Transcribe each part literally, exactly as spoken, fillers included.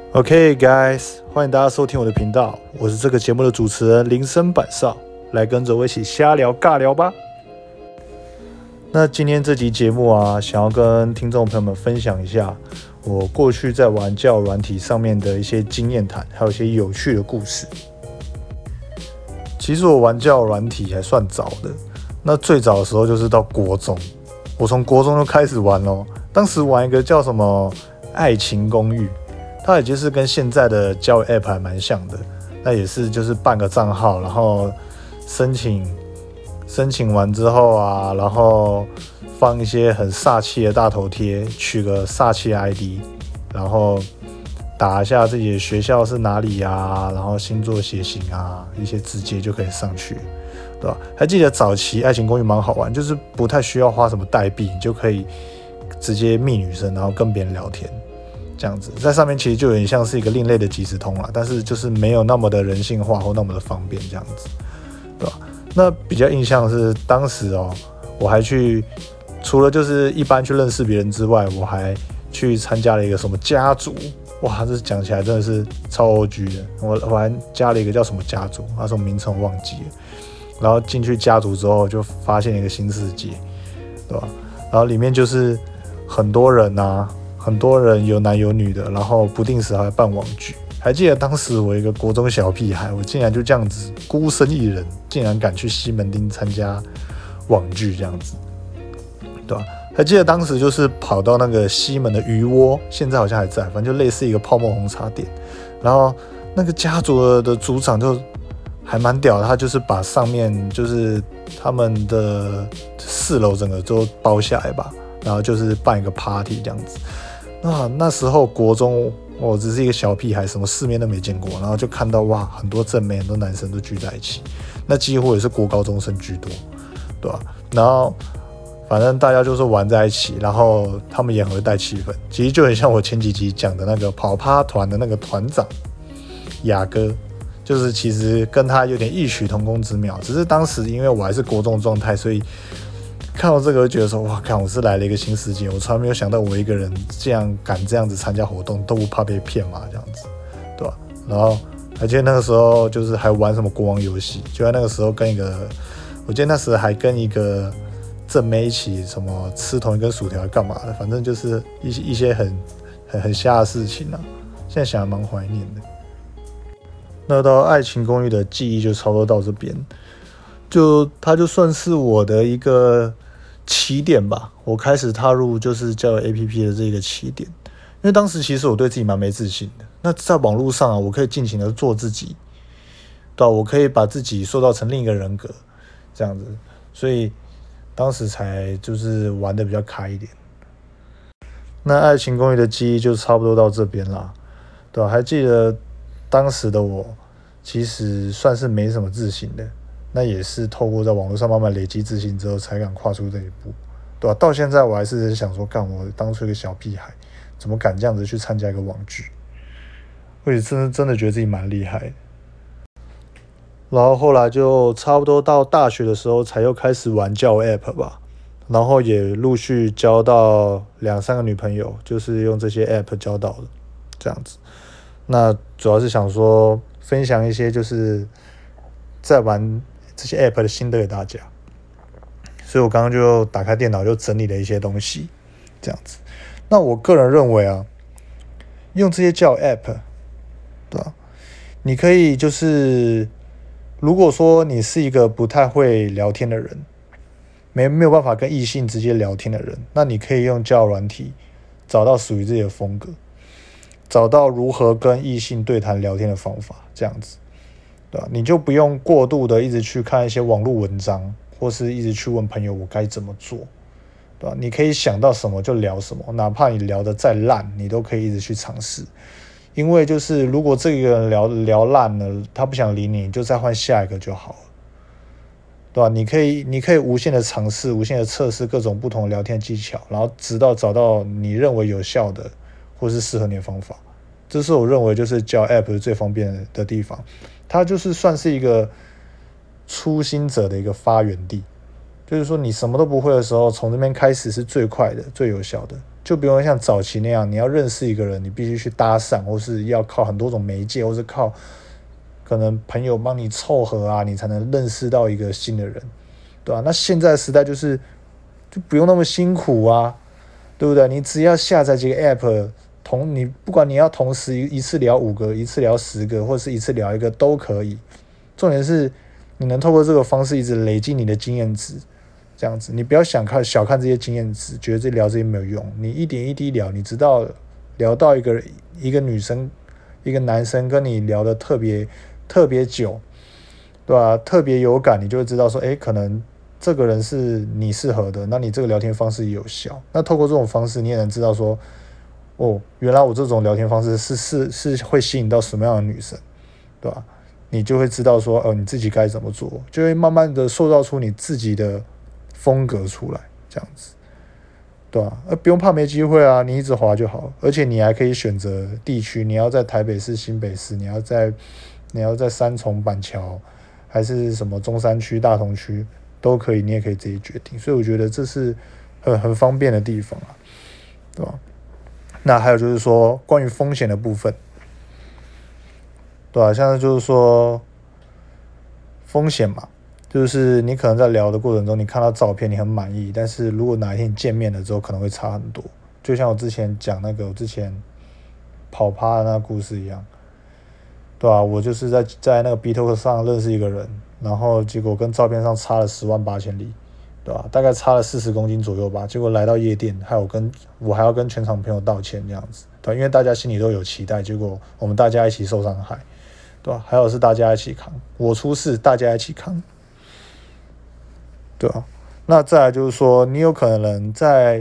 OK guys， 欢迎大家收听我的频道，我是这个节目的主持人林森板少，来跟着我一起瞎聊尬聊吧。那今天这集节目啊，想要跟听众朋友们分享一下我过去在玩交友软体上面的一些经验谈，还有一些有趣的故事。其实我玩交友软体还算早的，那最早的时候就是到国中，我从国中就开始玩咯。当时玩一个叫什么爱情公寓，它也就是跟现在的交友 App 还蛮像的，那也是就是办个账号，然后申请申请完之后啊，然后放一些很煞气的大头贴，取个煞气 I D， 然后打一下自己的学校是哪里啊，然后星座血型啊，一些直接就可以上去，对吧？还记得早期爱情公寓蛮好玩，就是不太需要花什么代币，你就可以直接密女生，然后跟别人聊天。这样子，在上面其实就有点像是一个另类的即时通啦，但是就是没有那么的人性化或那么的方便这样子，对吧？那比较印象是当时哦，我还去除了就是一般去认识别人之外，我还去参加了一个什么家族，哇，这讲起来真的是超 O G 的。我我还加了一个叫什么家族，那什么名称忘记了。然后进去家族之后，就发现一个新世界，对吧？然后里面就是很多人啊。很多人有男有女的，然后不定时还会办网剧。还记得当时我一个国中小屁孩，我竟然就这样子孤身一人，竟然敢去西门町参加网剧这样子，对吧？还记得当时就是跑到那个西门的鱼窝，现在好像还在，反正就类似一个泡沫红茶店。然后那个家族的组长就还蛮屌的，他就是把上面就是他们的四楼整个都包下来吧，然后就是办一个 party 这样子。那那时候国中我只是一个小屁孩，什么世面都没见过，然后就看到哇，很多正妹很多男生都聚在一起，那几乎也是国高中生居多，对吧？然后反正大家就是玩在一起，然后他们也很会带气氛，其实就很像我前几集讲的那个跑趴团的那个团长雅哥，就是其实跟他有点异曲同工之妙，只是当时因为我还是国中状态，所以看到这个，就觉得说，哇，看我是来了一个新世界，我从来没有想到我一个人这样敢这样子参加活动，都不怕被骗嘛，这样子，对吧？然后还记得那个时候就是还玩什么国王游戏，就在那个时候跟一个，我记得那时还跟一个正妹一起什么吃同一根薯条干嘛的，反正就是一些一些很很很瞎的事情啊，现在想还蛮怀念的。那到爱情公寓的记忆就差不多到这边，就它就算是我的一个起点吧，我开始踏入就是交友 A P P 的这个起点。因为当时其实我对自己蛮没自信的，那在网络上啊，我可以尽情的做自己，对吧？我可以把自己塑造成另一个人格，这样子，所以当时才就是玩的比较开一点。那爱情公寓的记忆就差不多到这边啦，对吧？还记得当时的我其实算是没什么自信的，那也是透过在网络上慢慢累积自信之后，才敢跨出这一步，对吧？到现在我还是想说，干我当初一个小屁孩，怎么敢这样子去参加一个网剧？我也真的真的觉得自己蛮厉害的。然后后来就差不多到大学的时候，才又开始玩交友 App 吧，然后也陆续交到两三个女朋友，就是用这些 App 交到的，这样子。那主要是想说分享一些就是在玩这些 App 的心得给大家，所以我刚刚就打开电脑就整理了一些东西，这样子。那我个人认为啊，用这些交友 App， 对吧？你可以就是，如果说你是一个不太会聊天的人，没没有办法跟异性直接聊天的人，那你可以用交友软体找到属于自己的风格，找到如何跟异性对谈聊天的方法，这样子。对吧？你就不用过度的一直去看一些网络文章，或是一直去问朋友我该怎么做，对吧？你可以想到什么就聊什么，哪怕你聊得再烂，你都可以一直去尝试。因为就是如果这个人聊聊烂了，他不想理你，你就再换下一个就好了，对吧？你可以你可以无限的尝试，无限的测试各种不同的聊天技巧，然后直到找到你认为有效的或是适合你的方法。这是我认为就是交友 App 最方便的地方。它就是算是一个初心者的一个发源地，就是说你什么都不会的时候，从这边开始是最快的、最有效的， 就不用像早期那样，你要认识一个人，你必须去搭讪，或是要靠很多种媒介，或是靠可能朋友帮你凑合啊，你才能认识到一个新的人，对吧、啊？那现在的时代就是就不用那么辛苦啊，对不对？你只要下载几个 app， 同你不管你要同时一次聊五个，一次聊十个，或是一次聊一个都可以。重点是你能透过这个方式一直累积你的经验值，这样子，你不要想看小看这些经验值，觉得这聊这些没有用。你一点一滴聊，你直到聊到一个一个女生、一个男生跟你聊的特别特别久，对吧、啊？特别有感，你就会知道说，哎，可能这个人是你适合的，那你这个聊天方式也有效。那透过这种方式，你也能知道说，哦，原来我这种聊天方式是是是会吸引到什么样的女生，对吧、啊？你就会知道说，哦，你自己该怎么做，就会慢慢的塑造出你自己的风格出来，这样子，对吧、啊？不用怕没机会啊，你一直滑就好，而且你还可以选择地区，你要在台北市、新北市，你要在你要在三重、板桥，还是什么中山区、大同区都可以，你也可以自己决定。所以我觉得这是很很方便的地方啊，对吧？那还有就是说关于风险的部分。对啊，像是就是说风险嘛，就是你可能在聊的过程中，你看到照片你很满意，但是如果哪一天见面了之后，可能会差很多。就像我之前讲那个我之前跑趴的那个故事一样，对啊，我就是在在那个 B-Talk 上认识一个人，然后结果跟照片上差了十万八千里，对吧、啊？大概差了四十公斤左右吧。结果来到夜店，还有跟我还要跟全场朋友道歉这样子，对、啊，因为大家心里都有期待，结果我们大家一起受伤害。对吧？还有是大家一起扛，我出事，大家一起扛，对吧？那再来就是说，你有可能在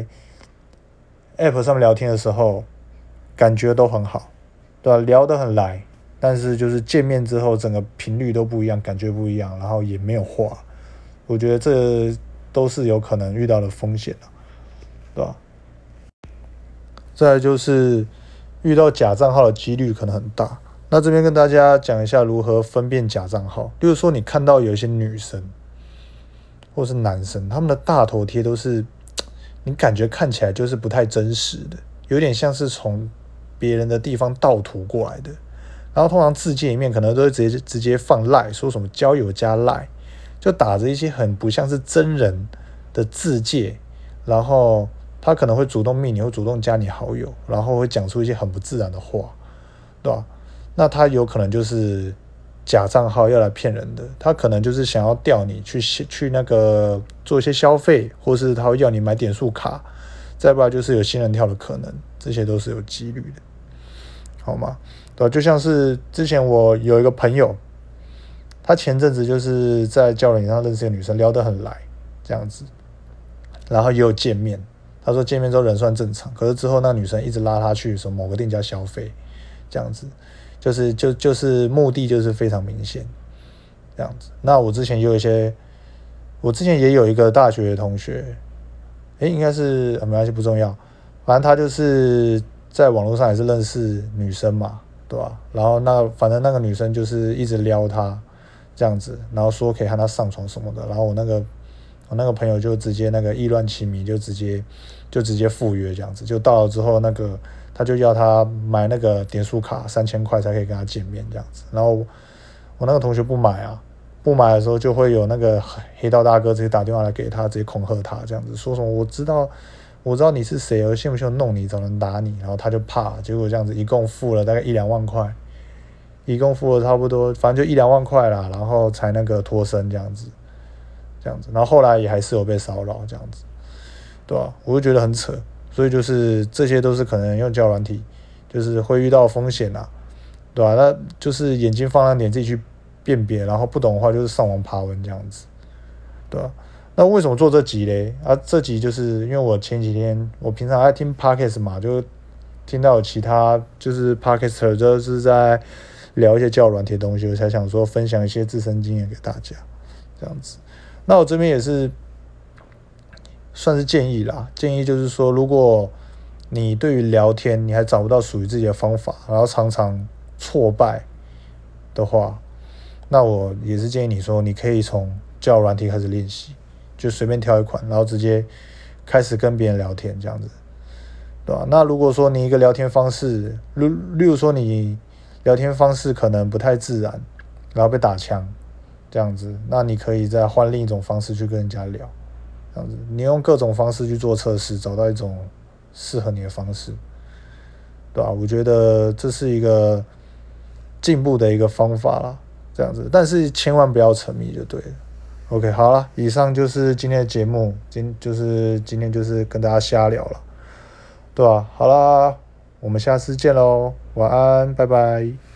App 上面聊天的时候，感觉都很好，对吧？聊得很来，但是就是见面之后，整个频率都不一样，感觉不一样，然后也没有话，我觉得这都是有可能遇到的风险的，对吧？再来就是遇到假账号的几率可能很大。那这边跟大家讲一下如何分辨假账号。例如说，你看到有一些女生或是男生，他们的大头贴都是你感觉看起来就是不太真实的，有点像是从别人的地方盗图过来的。然后通常字界里面可能都会直接直接放赖，说什么交友加赖，就打着一些很不像是真人的字界，然后他可能会主动密你，会主动加你好友，然后会讲出一些很不自然的话，对吧？那他有可能就是假账号要来骗人的，他可能就是想要调你去去那个做一些消费，或是他会要你买点数卡，再不然就是有新人跳的可能，这些都是有几率的，好吗？对吧？就像是之前我有一个朋友，他前阵子就是在交友软件上认识一个女生，聊得很来，这样子，然后也有见面，他说见面之后人算正常，可是之后那女生一直拉他去什么某个店家消费，这样子。就是就就是目的就是非常明显，这样子。那我之前也有一些，我之前也有一个大学的同学，诶，应该是、啊、没关系，不重要。反正他就是在网络上也是认识女生嘛，对吧？然后那反正那个女生就是一直撩他这样子，然后说可以和他上床什么的。然后我那个我那个朋友就直接那个意乱情迷，就直接就直接赴约这样子。就到了之后那个。他就要他买那个点数卡三千块才可以跟他见面这样子，然后我那个同学不买啊，不买的时候就会有那个黑道大哥直接打电话来给他，直接恐吓他这样子，说什么我知道我知道你是谁，而信不信我弄你，找人打你，然后他就怕，结果这样子一共付了大概一两万块，一共付了差不多，反正就一两万块啦，然后才那个脱身这样子，这样子，然后后来也还是有被骚扰这样子，对吧、啊？我就觉得很扯。所以就是这些都是可能用交友软体，就是会遇到风险啊，对吧、啊？那就是眼睛放亮点，自己去辨别，然后不懂的话就是上网爬文这样子，对吧、啊？那为什么做这集嘞？啊，这集就是因为我前几天我平常爱听 podcast 嘛，就听到有其他就是 podcaster 就是在聊一些交友软体的东西，我才想说分享一些自身经验给大家，这样子。那我这边也是。算是建议啦，建议就是说，如果你对于聊天你还找不到属于自己的方法，然后常常挫败的话，那我也是建议你说，你可以从交友软体开始练习，就随便挑一款，然后直接开始跟别人聊天这样子， 对吧？那如果说你一个聊天方式，例例如说你聊天方式可能不太自然，然后被打枪这样子，那你可以再换另一种方式去跟人家聊，这样子，你用各种方式去做测试，找到一种适合你的方式，对吧？我觉得这是一个进步的一个方法啦，这样子，但是千万不要沉迷就对了。OK， 好了，以上就是今天的节目，今就是今天就是跟大家瞎聊了，对吧？好啦，我们下次见喽，晚安，拜拜。